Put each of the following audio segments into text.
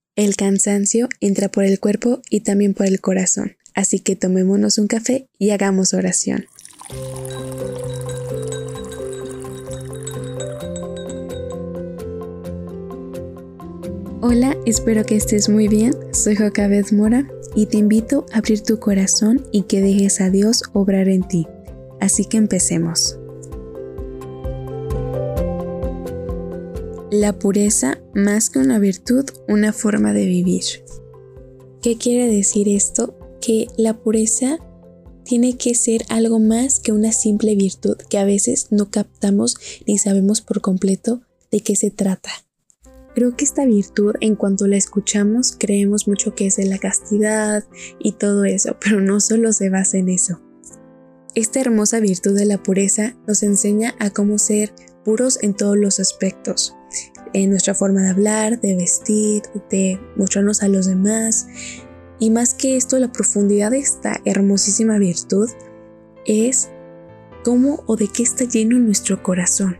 El cansancio entra por el cuerpo y también por el corazón, así que tomémonos un café y hagamos oración. Hola, espero que estés muy bien. Soy Jocabeth Mora y te invito a abrir tu corazón y que dejes a Dios obrar en ti. Así que empecemos. La pureza, más que una virtud, una forma de vivir. ¿Qué quiere decir esto? Que la pureza tiene que ser algo más que una simple virtud, que a veces no captamos ni sabemos por completo de qué se trata. Creo que esta virtud, en cuanto la escuchamos, creemos mucho que es de la castidad y todo eso, pero no solo se basa en eso. Esta hermosa virtud de la pureza nos enseña a cómo ser puros en todos los aspectos, en nuestra forma de hablar, de vestir, de mostrarnos a los demás. Y más que esto, la profundidad de esta hermosísima virtud es cómo o de qué está lleno nuestro corazón.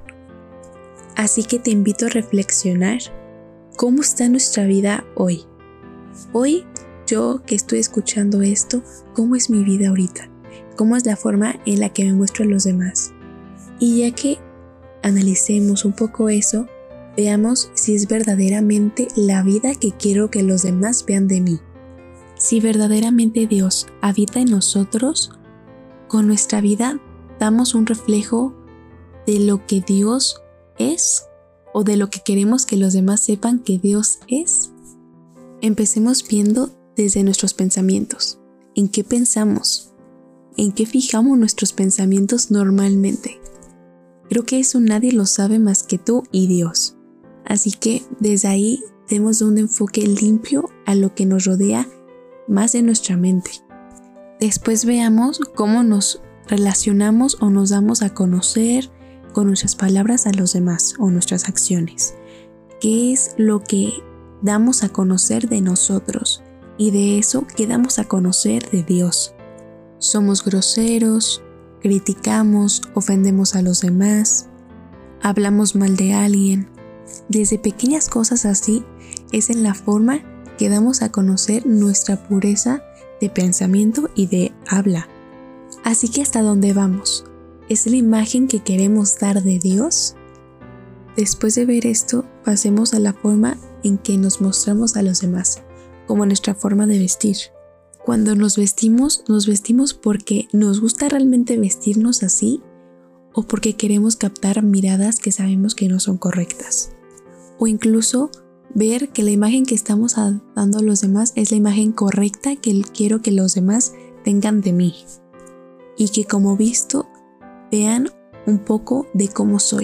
Así que te invito a reflexionar cómo está nuestra vida hoy. Hoy, yo que estoy escuchando esto, ¿cómo es mi vida ahorita? ¿Cómo es la forma en la que me muestro a los demás? Y ya que analicemos un poco eso, veamos si es verdaderamente la vida que quiero que los demás vean de mí. Si verdaderamente Dios habita en nosotros, con nuestra vida damos un reflejo de lo que Dios es o de lo que queremos que los demás sepan que Dios es. Empecemos viendo desde nuestros pensamientos. ¿En qué pensamos? ¿En qué fijamos nuestros pensamientos normalmente? Creo que eso nadie lo sabe más que tú y Dios. Así que desde ahí demos un enfoque limpio a lo que nos rodea más de nuestra mente. Después veamos cómo nos relacionamos o nos damos a conocer con nuestras palabras a los demás o nuestras acciones. ¿Qué es lo que damos a conocer de nosotros? Y de eso, ¿qué damos a conocer de Dios? ¿Somos groseros? ¿Criticamos? ¿Ofendemos a los demás? ¿Hablamos mal de alguien? Desde pequeñas cosas así es en la forma que damos a conocer nuestra pureza de pensamiento y de habla. Así que ¿hasta dónde vamos? ¿Es la imagen que queremos dar de Dios? Después de ver esto, pasemos a la forma en que nos mostramos a los demás, como nuestra forma de vestir. Cuando nos vestimos porque nos gusta realmente vestirnos así o porque queremos captar miradas que sabemos que no son correctas. O incluso ver que la imagen que estamos dando a los demás es la imagen correcta que quiero que los demás tengan de mí. Y que como visto, vean un poco de cómo soy.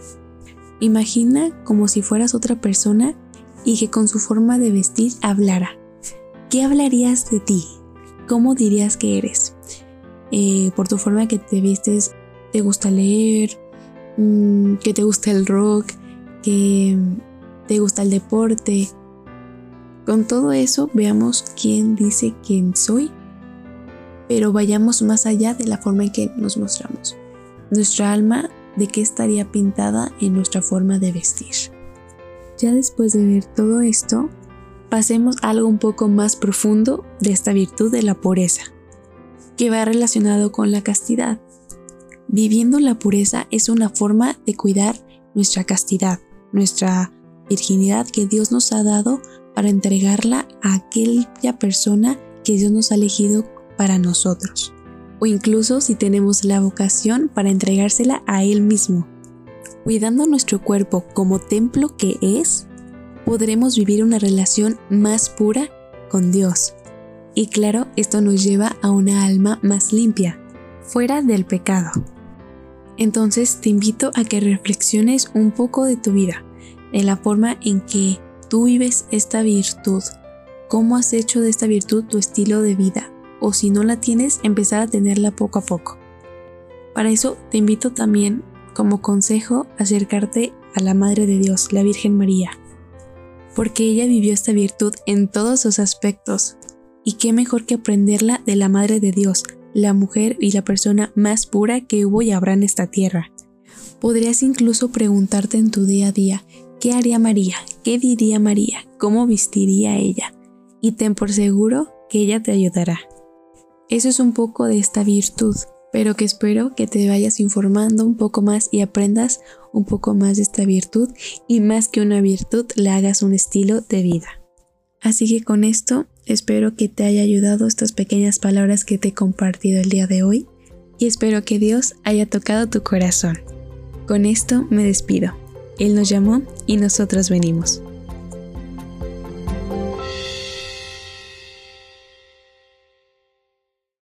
Imagina como si fueras otra persona y que con su forma de vestir hablara. ¿Qué hablarías de ti? ¿Cómo dirías que eres? Por tu forma que te vistes, ¿te gusta leer? ¿Que te gusta el rock? ¿Que te gusta el deporte? Con todo eso, veamos quién dice quién soy, pero vayamos más allá de la forma en que nos mostramos. Nuestra alma, ¿de qué estaría pintada en nuestra forma de vestir? Ya después de ver todo esto, pasemos a algo un poco más profundo de esta virtud de la pureza, que va relacionado con la castidad. Viviendo la pureza es una forma de cuidar nuestra castidad, nuestra virginidad que Dios nos ha dado para entregarla a aquella persona que Dios nos ha elegido para nosotros. O incluso si tenemos la vocación para entregársela a Él mismo. Cuidando nuestro cuerpo como templo que es, podremos vivir una relación más pura con Dios. Y claro, esto nos lleva a una alma más limpia, fuera del pecado. Entonces te invito a que reflexiones un poco de tu vida, de la forma en que tú vives esta virtud, cómo has hecho de esta virtud tu estilo de vida, o si no la tienes, empezar a tenerla poco a poco. Para eso te invito también, como consejo, a acercarte a la Madre de Dios, la Virgen María, porque ella vivió esta virtud en todos sus aspectos, y qué mejor que aprenderla de la Madre de Dios, la mujer y la persona más pura que hubo y habrá en esta tierra. Podrías incluso preguntarte en tu día a día, ¿qué haría María? ¿qué diría María? ¿Cómo vestiría ella? Y ten por seguro que ella te ayudará. Eso es un poco de esta virtud, pero que espero que te vayas informando un poco más y aprendas un poco más de esta virtud y más que una virtud, la hagas un estilo de vida. Así que con esto espero que te haya ayudado estas pequeñas palabras que te he compartido el día de hoy y espero que Dios haya tocado tu corazón. Con esto me despido. Él nos llamó y nosotros venimos.